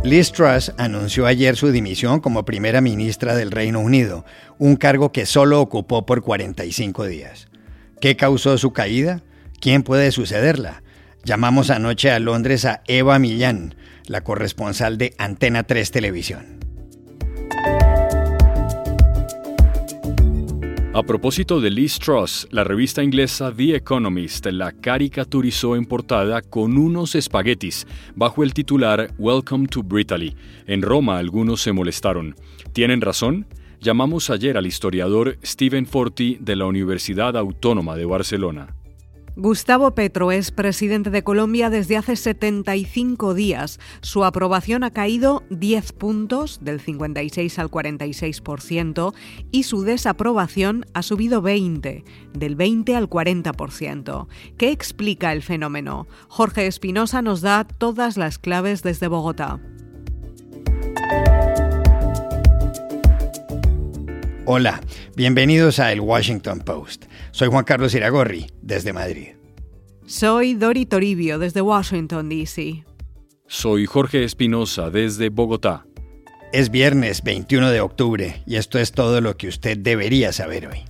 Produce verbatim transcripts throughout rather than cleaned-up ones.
Liz Truss anunció ayer su dimisión como primera ministra del Reino Unido, un cargo que solo ocupó por cuarenta y cinco días. ¿Qué causó su caída? ¿Quién puede sucederla? Llamamos anoche a Londres a Eva Millán, la corresponsal de Antena tres Televisión. A propósito de Liz Truss, la revista inglesa The Economist la caricaturizó en portada con unos espaguetis bajo el titular Welcome to Brittany. En Roma algunos se molestaron. ¿Tienen razón? Llamamos ayer al historiador Stephen Forti de la Universidad Autónoma de Barcelona. Gustavo Petro es presidente de Colombia desde hace setenta y cinco días. Su aprobación ha caído diez puntos, del cincuenta y seis al cuarenta y seis por ciento, y su desaprobación ha subido veinte, del veinte al cuarenta por ciento. ¿Qué explica el fenómeno? Jorge Espinosa nos da todas las claves desde Bogotá. Hola, bienvenidos a El Washington Post. Soy Juan Carlos Iragorri, desde Madrid. Soy Dori Toribio, desde Washington, D C Soy Jorge Espinosa, desde Bogotá. Es viernes veintiuno de octubre y esto es todo lo que usted debería saber hoy.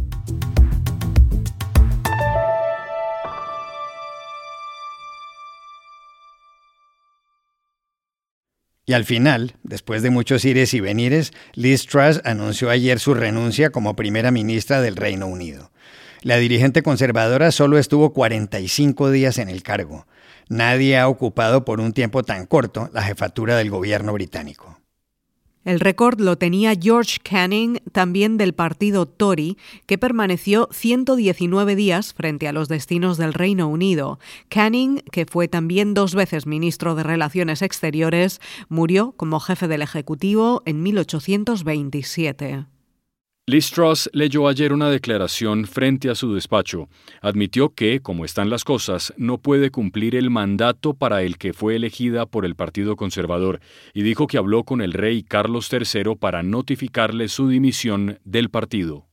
Y al final, después de muchos ires y venires, Liz Truss anunció ayer su renuncia como primera ministra del Reino Unido. La dirigente conservadora solo estuvo cuarenta y cinco días en el cargo. Nadie ha ocupado por un tiempo tan corto la jefatura del gobierno británico. El récord lo tenía George Canning, también del partido Tory, que permaneció ciento diecinueve días frente a los destinos del Reino Unido. Canning, que fue también dos veces ministro de Relaciones Exteriores, murió como jefe del Ejecutivo en mil ochocientos veintisiete. Liz Truss leyó ayer una declaración frente a su despacho. Admitió que, como están las cosas, no puede cumplir el mandato para el que fue elegida por el Partido Conservador y dijo que habló con el rey Carlos tercero para notificarle su dimisión del partido.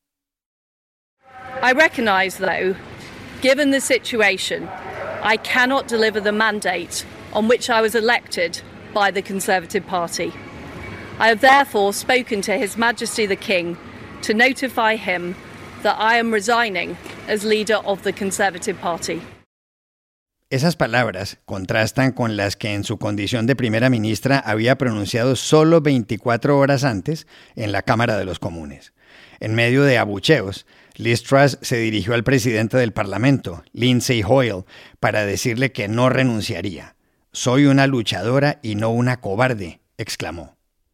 I recognize, though, given the situation, I cannot deliver the mandate on which I was elected by the Conservative Party. I have therefore spoken to His Majesty the King to notify him that I am resigning as leader of the Conservative Party. Esas palabras contrastan con las que en su condición de primera ministra había pronunciado solo veinticuatro horas antes en la Cámara de los Comunes. En medio de abucheos, Liz Truss se dirigió al presidente del Parlamento, Lindsay Hoyle, para decirle que no renunciaría. «Soy una luchadora y no una cobarde», exclamó.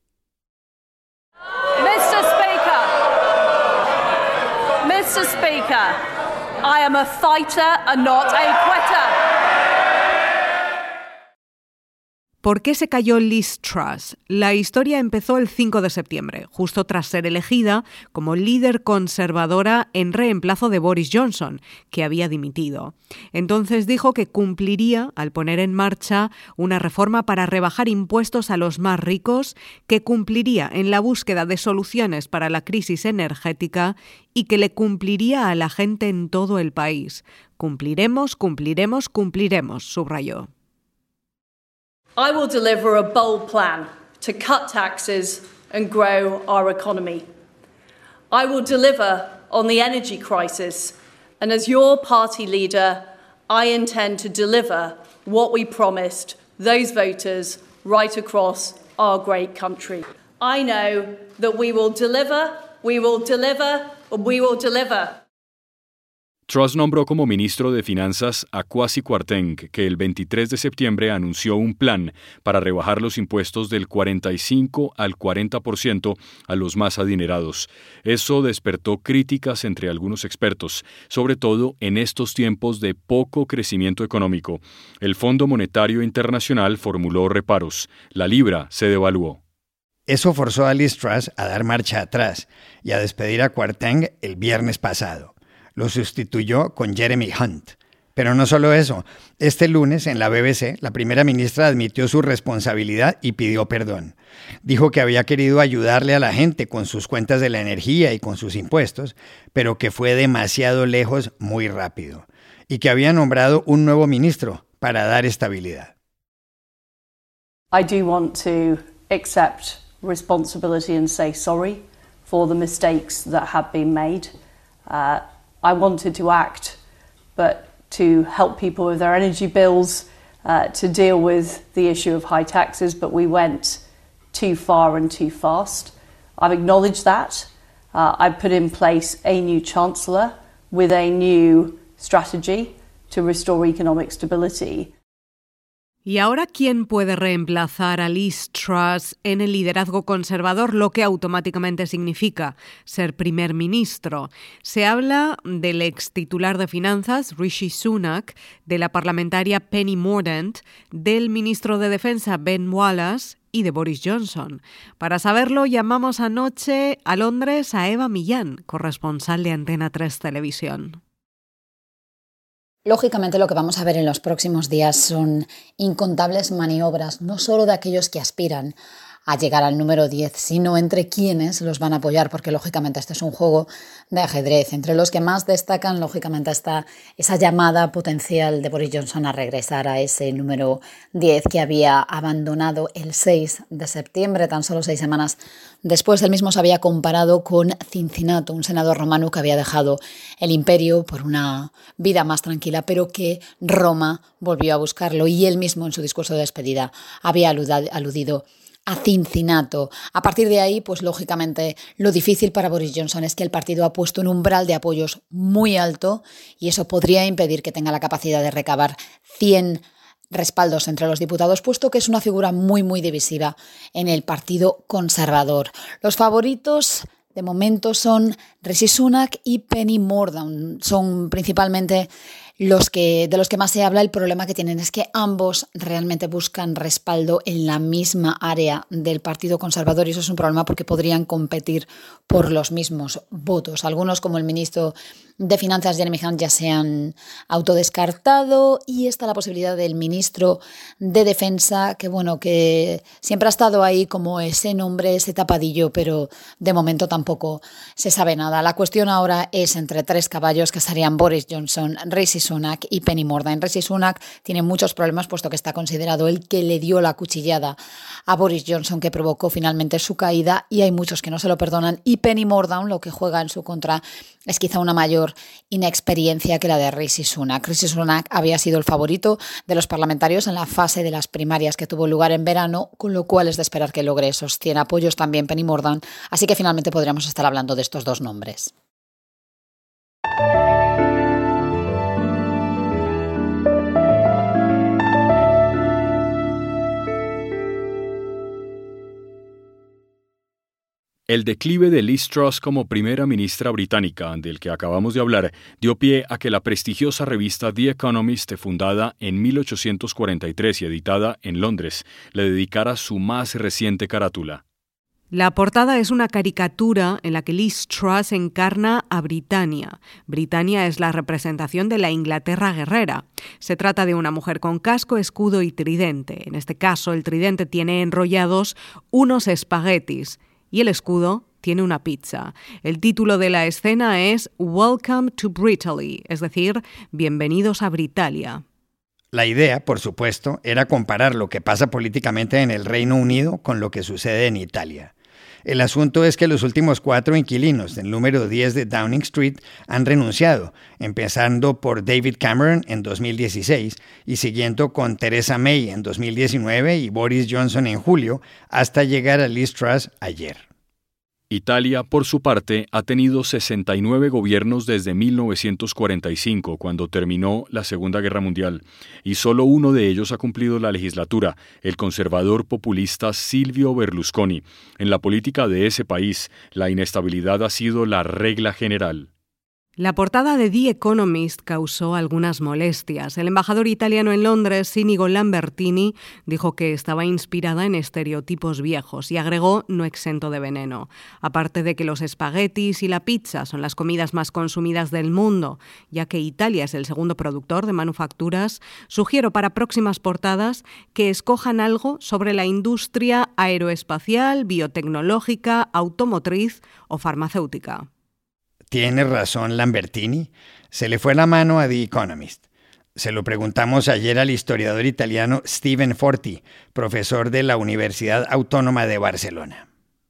Mister Speaker, I am a fighter and not a quitter. ¿Por qué se cayó Liz Truss? La historia empezó el cinco de septiembre, justo tras ser elegida como líder conservadora en reemplazo de Boris Johnson, que había dimitido. Entonces dijo que cumpliría al poner en marcha una reforma para rebajar impuestos a los más ricos, que cumpliría en la búsqueda de soluciones para la crisis energética y que le cumpliría a la gente en todo el país. Cumpliremos, cumpliremos, cumpliremos, subrayó. I will deliver a bold plan to cut taxes and grow our economy. I will deliver on the energy crisis, and as your party leader, I intend to deliver what we promised those voters right across our great country. I know that we will deliver, we will deliver, and we will deliver. Truss nombró como ministro de Finanzas a Kwasi Kwarteng, que el veintitrés de septiembre anunció un plan para rebajar los impuestos del cuarenta y cinco al cuarenta por ciento a los más adinerados. Eso despertó críticas entre algunos expertos, sobre todo en estos tiempos de poco crecimiento económico. El Fondo Monetario Internacional formuló reparos. La libra se devaluó. Eso forzó a Liz Truss a dar marcha atrás y a despedir a Kwarteng el viernes pasado. Lo sustituyó con Jeremy Hunt. Pero no solo eso. Este lunes, en la B B C, la primera ministra admitió su responsabilidad y pidió perdón. Dijo que había querido ayudarle a la gente con sus cuentas de la energía y con sus impuestos, pero que fue demasiado lejos muy rápido. Y que había nombrado un nuevo ministro para dar estabilidad. I do want to accept responsibility and say sorry for the mistakes that have been made. Uh, I wanted to act, but to help people with their energy bills, uh, to deal with the issue of high taxes, but we went too far and too fast. I've acknowledged that. Uh, I've put in place a new Chancellor with a new strategy to restore economic stability. ¿Y ahora quién puede reemplazar a Liz Truss en el liderazgo conservador, lo que automáticamente significa ser primer ministro? Se habla del ex titular de Finanzas, Rishi Sunak, de la parlamentaria Penny Mordaunt, del ministro de Defensa, Ben Wallace, y de Boris Johnson. Para saberlo, llamamos anoche a Londres a Eva Millán, corresponsal de Antena tres Televisión. Lógicamente lo que vamos a ver en los próximos días son incontables maniobras, no solo de aquellos que aspiran a llegar al número diez, sino entre quienes los van a apoyar, porque lógicamente este es un juego de ajedrez. Entre los que más destacan, lógicamente, está esa llamada potencial de Boris Johnson a regresar a ese número diez que había abandonado el seis de septiembre, tan solo seis semanas después. Él mismo se había comparado con Cincinnato, un senador romano que había dejado el imperio por una vida más tranquila, pero que Roma volvió a buscarlo, y él mismo en su discurso de despedida había aludido a Cincinnato. A partir de ahí, pues lógicamente lo difícil para Boris Johnson es que el partido ha puesto un umbral de apoyos muy alto, y eso podría impedir que tenga la capacidad de recabar cien respaldos entre los diputados, puesto que es una figura muy muy divisiva en el Partido Conservador. Los favoritos de momento son Rishi Sunak y Penny Mordaunt. Son principalmente los que, de los que más se habla. El problema que tienen es que ambos realmente buscan respaldo en la misma área del Partido Conservador, y eso es un problema porque podrían competir por los mismos votos. Algunos, como el ministro de Finanzas Jeremy Hunt, ya se han autodescartado, y está la posibilidad del ministro de Defensa, que bueno, que siempre ha estado ahí como ese nombre, ese tapadillo, pero de momento tampoco se sabe nada. La cuestión ahora es entre tres caballos, que serían Boris Johnson, Rishi Sunak y Penny Mordaunt. Rishi Sunak tiene muchos problemas, puesto que está considerado el que le dio la cuchillada a Boris Johnson, que provocó finalmente su caída, y hay muchos que no se lo perdonan. Y Penny Mordaunt, lo que juega en su contra es quizá una mayor inexperiencia que la de Rishi Sunak. Rishi Sunak había sido el favorito de los parlamentarios en la fase de las primarias que tuvo lugar en verano, con lo cual es de esperar que logre esos cien apoyos también Penny Mordaunt, así que finalmente podríamos estar hablando de estos dos nombres. El declive de Liz Truss como primera ministra británica, del que acabamos de hablar, dio pie a que la prestigiosa revista The Economist, fundada en mil ochocientos cuarenta y tres y editada en Londres, le dedicara su más reciente carátula. La portada es una caricatura en la que Liz Truss encarna a Britannia. Britannia es la representación de la Inglaterra guerrera. Se trata de una mujer con casco, escudo y tridente. En este caso, el tridente tiene enrollados unos espaguetis y el escudo tiene una pizza. El título de la escena es Welcome to Britaly, es decir, bienvenidos a Britalia. La idea, por supuesto, era comparar lo que pasa políticamente en el Reino Unido con lo que sucede en Italia. El asunto es que los últimos cuatro inquilinos del número diez de Downing Street han renunciado, empezando por David Cameron en dos mil dieciséis y siguiendo con Theresa May en dos mil diecinueve y Boris Johnson en julio, hasta llegar a Liz Truss ayer. Italia, por su parte, ha tenido sesenta y nueve gobiernos desde mil novecientos cuarenta y cinco, cuando terminó la Segunda Guerra Mundial, y solo uno de ellos ha cumplido la legislatura, el conservador populista Silvio Berlusconi. En la política de ese país, la inestabilidad ha sido la regla general. La portada de The Economist causó algunas molestias. El embajador italiano en Londres, Inigo Lambertini, dijo que estaba inspirada en estereotipos viejos y agregó no exento de veneno. Aparte de que los espaguetis y la pizza son las comidas más consumidas del mundo, ya que Italia es el segundo productor de manufacturas, sugiero para próximas portadas que escojan algo sobre la industria aeroespacial, biotecnológica, automotriz o farmacéutica. Tiene razón Lambertini. Se le fue la mano a The Economist. Se lo preguntamos ayer al historiador italiano Steven Forti, profesor de la Universidad Autónoma de Barcelona.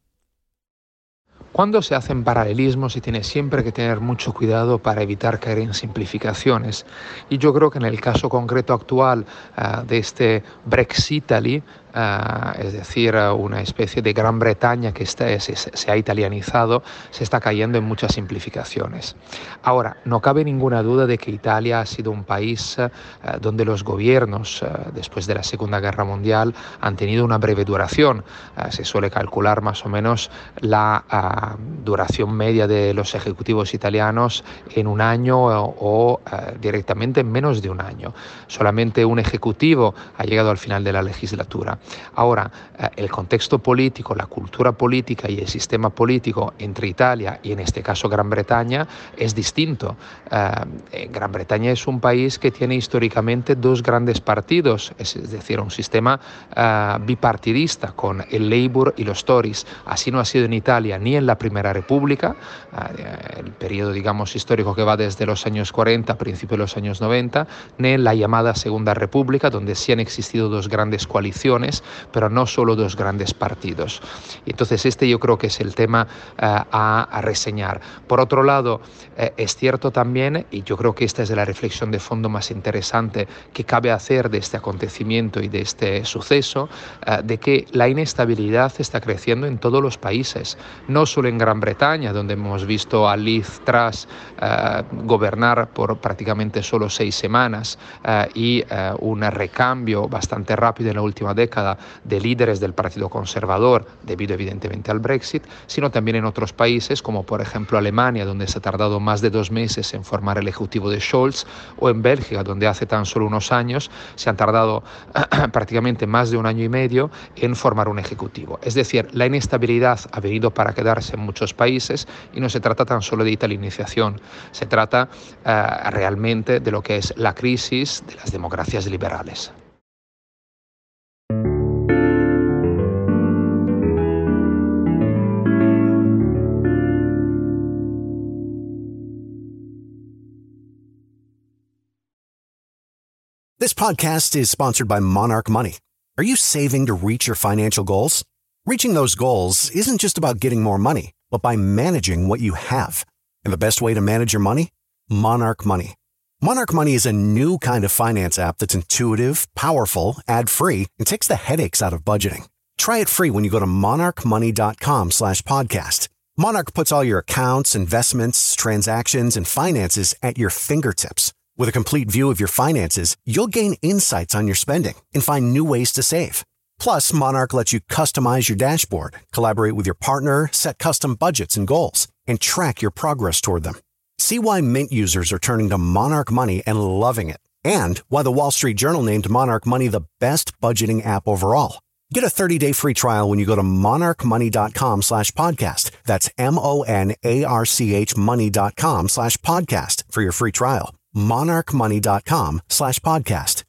Cuando se hacen paralelismos se tiene siempre que tener mucho cuidado para evitar caer en simplificaciones. Y yo creo que en el caso concreto actual uh, de este Brexitaly, Uh, es decir, uh, una especie de Gran Bretaña que está, se, se ha italianizado, se está cayendo en muchas simplificaciones. Ahora, no cabe ninguna duda de que Italia ha sido un país uh, donde los gobiernos, uh, después de la Segunda Guerra Mundial, han tenido una breve duración. Uh, se suele calcular más o menos la uh, duración media de los ejecutivos italianos en un año o, o uh, directamente en menos de un año. Solamente un ejecutivo ha llegado al final de la legislatura. Ahora, el contexto político, la cultura política y el sistema político entre Italia y en este caso Gran Bretaña es distinto. Gran Bretaña es un país que tiene históricamente dos grandes partidos, es decir, un sistema bipartidista con el Labour y los Tories. Así no ha sido en Italia ni en la Primera República, el periodo, digamos, histórico que va desde los años cuarenta a principios de los años noventa, ni en la llamada Segunda República, donde sí han existido dos grandes coaliciones, pero no solo dos grandes partidos. Y entonces este yo creo que es el tema uh, a, a reseñar. Por otro lado, eh, es cierto también, y yo creo que esta es la reflexión de fondo más interesante que cabe hacer de este acontecimiento y de este suceso, uh, de que la inestabilidad está creciendo en todos los países, no solo en Gran Bretaña, donde hemos visto a Liz Truss uh, gobernar por prácticamente solo seis semanas uh, y uh, un recambio bastante rápido en la última década de líderes del Partido Conservador, debido evidentemente al Brexit, sino también en otros países, como por ejemplo Alemania, donde se ha tardado más de dos meses en formar el ejecutivo de Scholz, o en Bélgica, donde hace tan solo unos años se han tardado prácticamente más de un año y medio en formar un ejecutivo. Es decir, la inestabilidad ha venido para quedarse en muchos países y no se trata tan solo de italianización, se trata uh, realmente de lo que es la crisis de las democracias liberales. This podcast is sponsored by Monarch Money. Are you saving to reach your financial goals? Reaching those goals isn't just about getting more money, but by managing what you have. And the best way to manage your money? Monarch Money. Monarch Money is a new kind of finance app that's intuitive, powerful, ad-free, and takes the headaches out of budgeting. Try it free when you go to monarchmoney.com slash podcast. Monarch puts all your accounts, investments, transactions, and finances at your fingertips. With a complete view of your finances, you'll gain insights on your spending and find new ways to save. Plus, Monarch lets you customize your dashboard, collaborate with your partner, set custom budgets and goals, and track your progress toward them. See why Mint users are turning to Monarch Money and loving it, and why the Wall Street Journal named Monarch Money the best budgeting app overall. Get a thirty-day free trial when you go to monarchmoney.com slash podcast. That's M-O-N-A-R-C-H money.com slash podcast for your free trial. monarchmoney.com slash podcast.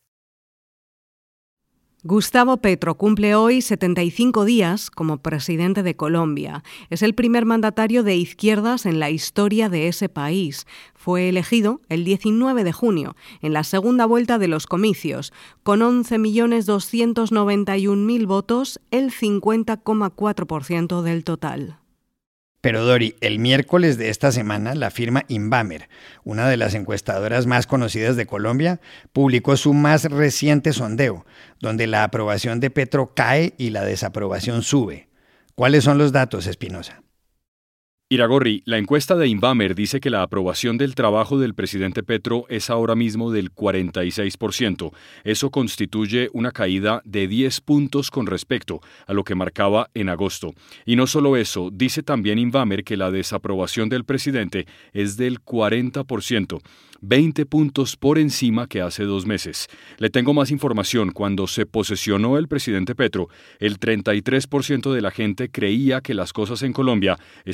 Gustavo Petro cumple hoy setenta y cinco días como presidente de Colombia. Es el primer mandatario de izquierdas en la historia de ese país. Fue elegido el diecinueve de junio, en la segunda vuelta de los comicios, con once millones doscientos noventa y un mil votos, el cincuenta coma cuatro por ciento del total. Pero Dori, el miércoles de esta semana, la firma Invamer, una de las encuestadoras más conocidas de Colombia, publicó su más reciente sondeo, donde la aprobación de Petro cae y la desaprobación sube. ¿Cuáles son los datos, Espinosa? Iragorri, la encuesta de Invamer dice que la aprobación del trabajo del presidente Petro es ahora mismo del cuarenta y seis por ciento. Eso constituye una caída de diez puntos con respecto a lo que marcaba en agosto. Y no solo eso, dice también Invamer que la desaprobación del presidente es del cuarenta por ciento, veinte puntos por encima que hace dos meses. Le tengo más información. Cuando se posesionó el presidente Petro, el treinta y tres por ciento de la gente creía que las cosas en Colombia estaban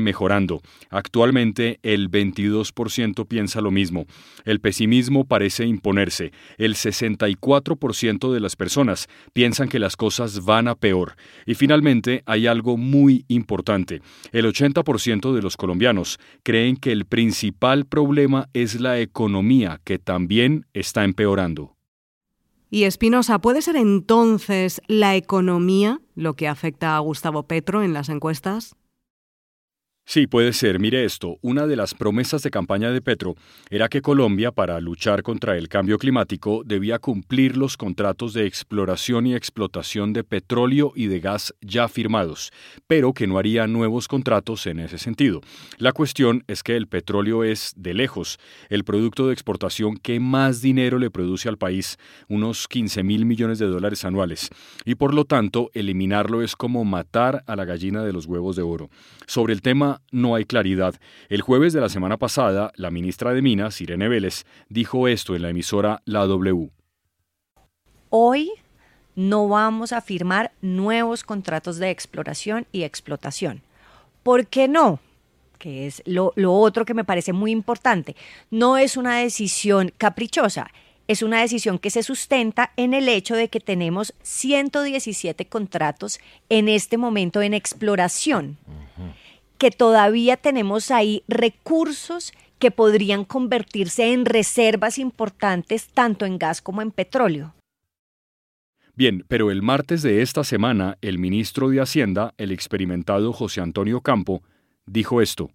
mejorando. Actualmente el veintidós por ciento piensa lo mismo. El pesimismo parece imponerse. El sesenta y cuatro por ciento de las personas piensan que las cosas van a peor. Y finalmente hay algo muy importante. El ochenta por ciento de los colombianos creen que el principal problema es la economía, que también está empeorando. Y Espinosa, ¿puede ser entonces la economía lo que afecta a Gustavo Petro en las encuestas? Sí, puede ser. Mire esto, una de las promesas de campaña de Petro era que Colombia, para luchar contra el cambio climático, debía cumplir los contratos de exploración y explotación de petróleo y de gas ya firmados, pero que no haría nuevos contratos en ese sentido. La cuestión es que el petróleo es, de lejos, el producto de exportación que más dinero le produce al país, unos quince mil millones de dólares anuales, y por lo tanto, eliminarlo es como matar a la gallina de los huevos de oro. Sobre el tema no hay claridad. El jueves de la semana pasada, la ministra de Minas, Irene Vélez, dijo esto en la emisora La W. Hoy no vamos a firmar nuevos contratos de exploración y explotación. ¿Por qué no? Que es lo, lo otro que me parece muy importante. No es una decisión caprichosa. Es una decisión que se sustenta en el hecho de que tenemos ciento diecisiete contratos en este momento en exploración. Uh-huh. Que todavía tenemos ahí recursos que podrían convertirse en reservas importantes tanto en gas como en petróleo. Bien, pero el martes de esta semana, el ministro de Hacienda, el experimentado José Antonio Campo, dijo esto.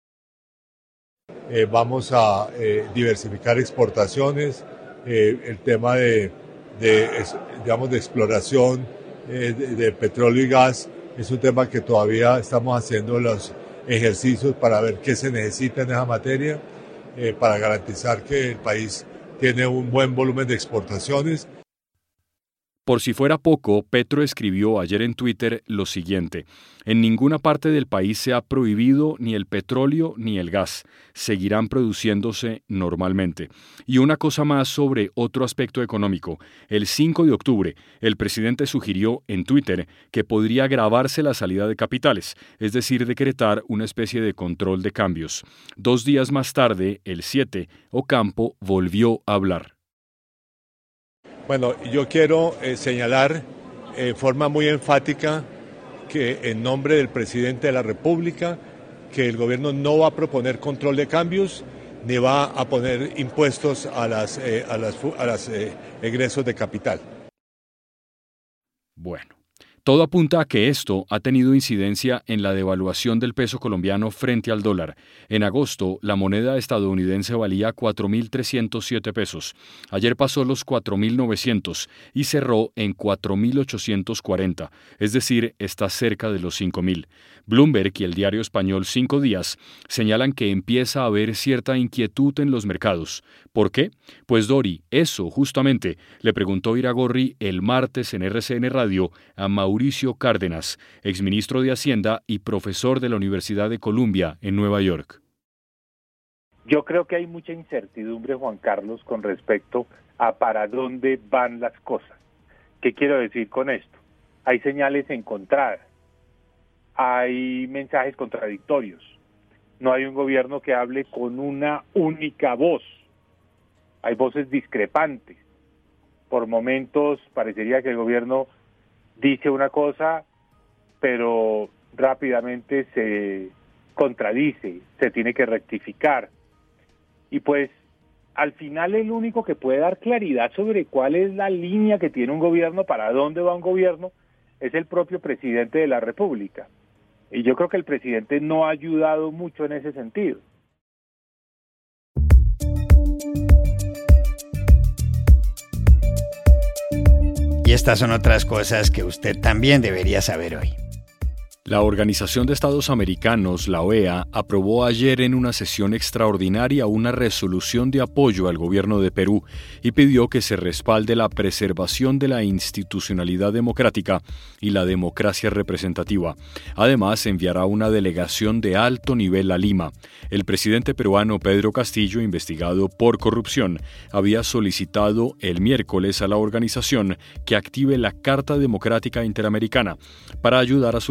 Eh, vamos a eh, diversificar exportaciones, eh, el tema de, de, digamos, de exploración eh, de, de petróleo y gas. Es un tema que todavía estamos haciendo los ejercicios para ver qué se necesita en esa materia, eh, para garantizar que el país tiene un buen volumen de exportaciones. Por si fuera poco, Petro escribió ayer en Twitter lo siguiente: en ninguna parte del país se ha prohibido ni el petróleo ni el gas. Seguirán produciéndose normalmente. Y una cosa más sobre otro aspecto económico. El cinco de octubre, el presidente sugirió en Twitter que podría agravarse la salida de capitales, es decir, decretar una especie de control de cambios. Dos días más tarde, el siete, Ocampo volvió a hablar. Bueno, yo quiero eh, señalar de eh, forma muy enfática que en nombre del presidente de la República, que el gobierno no va a proponer control de cambios ni va a poner impuestos a las, eh, a las, a las eh, egresos de capital. Bueno. Todo apunta a que esto ha tenido incidencia en la devaluación del peso colombiano frente al dólar. En agosto, la moneda estadounidense valía cuatro mil trescientos siete pesos. Ayer pasó los cuatro mil novecientos y cerró en cuatro mil ochocientos cuarenta, es decir, está cerca de los cinco mil. Bloomberg y el diario español Cinco Días señalan que empieza a haber cierta inquietud en los mercados. ¿Por qué? Pues Dori, eso justamente, le preguntó Iragorri el martes en R C N Radio a Mauricio Cárdenas, exministro de Hacienda y profesor de la Universidad de Columbia en Nueva York. Yo creo que hay mucha incertidumbre, Juan Carlos, con respecto a para dónde van las cosas. ¿Qué quiero decir con esto? Hay señales encontradas, hay mensajes contradictorios, no hay un gobierno que hable con una única voz, hay voces discrepantes. Por momentos parecería que el gobierno dice una cosa, pero rápidamente se contradice, se tiene que rectificar. Y pues, al final el único que puede dar claridad sobre cuál es la línea que tiene un gobierno, para dónde va un gobierno, es el propio presidente de la República. Y yo creo que el presidente no ha ayudado mucho en ese sentido. Y estas son otras cosas que usted también debería saber hoy. La Organización de Estados Americanos, la O E A, aprobó ayer en una sesión extraordinaria una resolución de apoyo al gobierno de Perú y pidió que se respalde la preservación de la institucionalidad democrática y la democracia representativa. Además, enviará una delegación de alto nivel a Lima. El presidente peruano Pedro Castillo, investigado por corrupción, había solicitado el miércoles a la organización que active la Carta Democrática Interamericana para ayudar a solucionar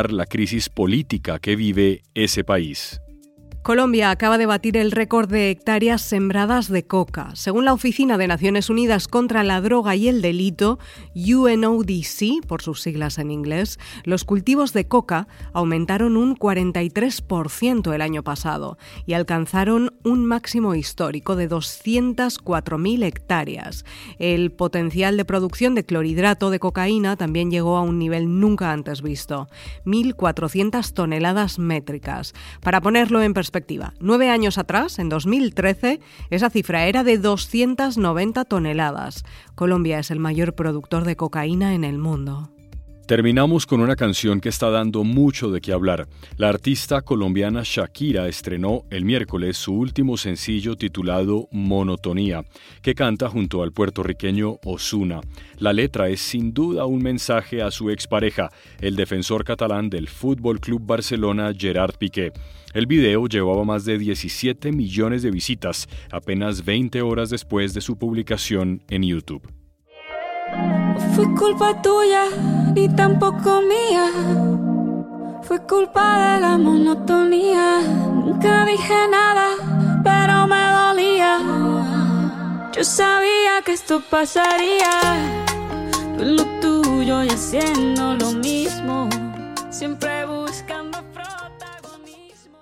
abordar la crisis política que vive ese país. Colombia acaba de batir el récord de hectáreas sembradas de coca. Según la Oficina de Naciones Unidas contra la Droga y el Delito, U N O D C, por sus siglas en inglés, los cultivos de coca aumentaron un cuarenta y tres por ciento el año pasado y alcanzaron un máximo histórico de doscientas cuatro mil hectáreas. El potencial de producción de clorhidrato de cocaína también llegó a un nivel nunca antes visto, mil cuatrocientas toneladas métricas. Para ponerlo en perspectiva, Perspectiva. Nueve años atrás, en dos mil trece, esa cifra era de doscientas noventa toneladas. Colombia es el mayor productor de cocaína en el mundo. Terminamos con una canción que está dando mucho de qué hablar. La artista colombiana Shakira estrenó el miércoles su último sencillo titulado Monotonía, que canta junto al puertorriqueño Ozuna. La letra es sin duda un mensaje a su expareja, el defensor catalán del Fútbol Club Barcelona, Gerard Piqué. El video llevaba más de diecisiete millones de visitas, apenas veinte horas después de su publicación en YouTube. No fue culpa tuya, ni tampoco mía. Fue culpa de la monotonía. Nunca dije nada, pero me dolía. Yo sabía que esto pasaría. Tú en lo tuyo y haciendo lo mismo. Siempre buscando protagonismo.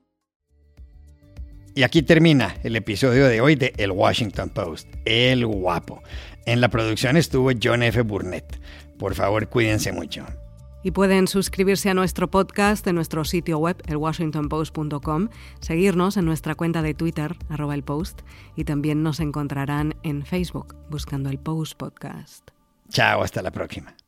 Y aquí termina el episodio de hoy de El Washington Post, El Guapo. En la producción estuvo John F. Burnett. Por favor, cuídense mucho. Y pueden suscribirse a nuestro podcast en nuestro sitio web, el washington post punto com, seguirnos en nuestra cuenta de Twitter, arroba el Post, y también nos encontrarán en Facebook, buscando el Post Podcast. Chao, hasta la próxima.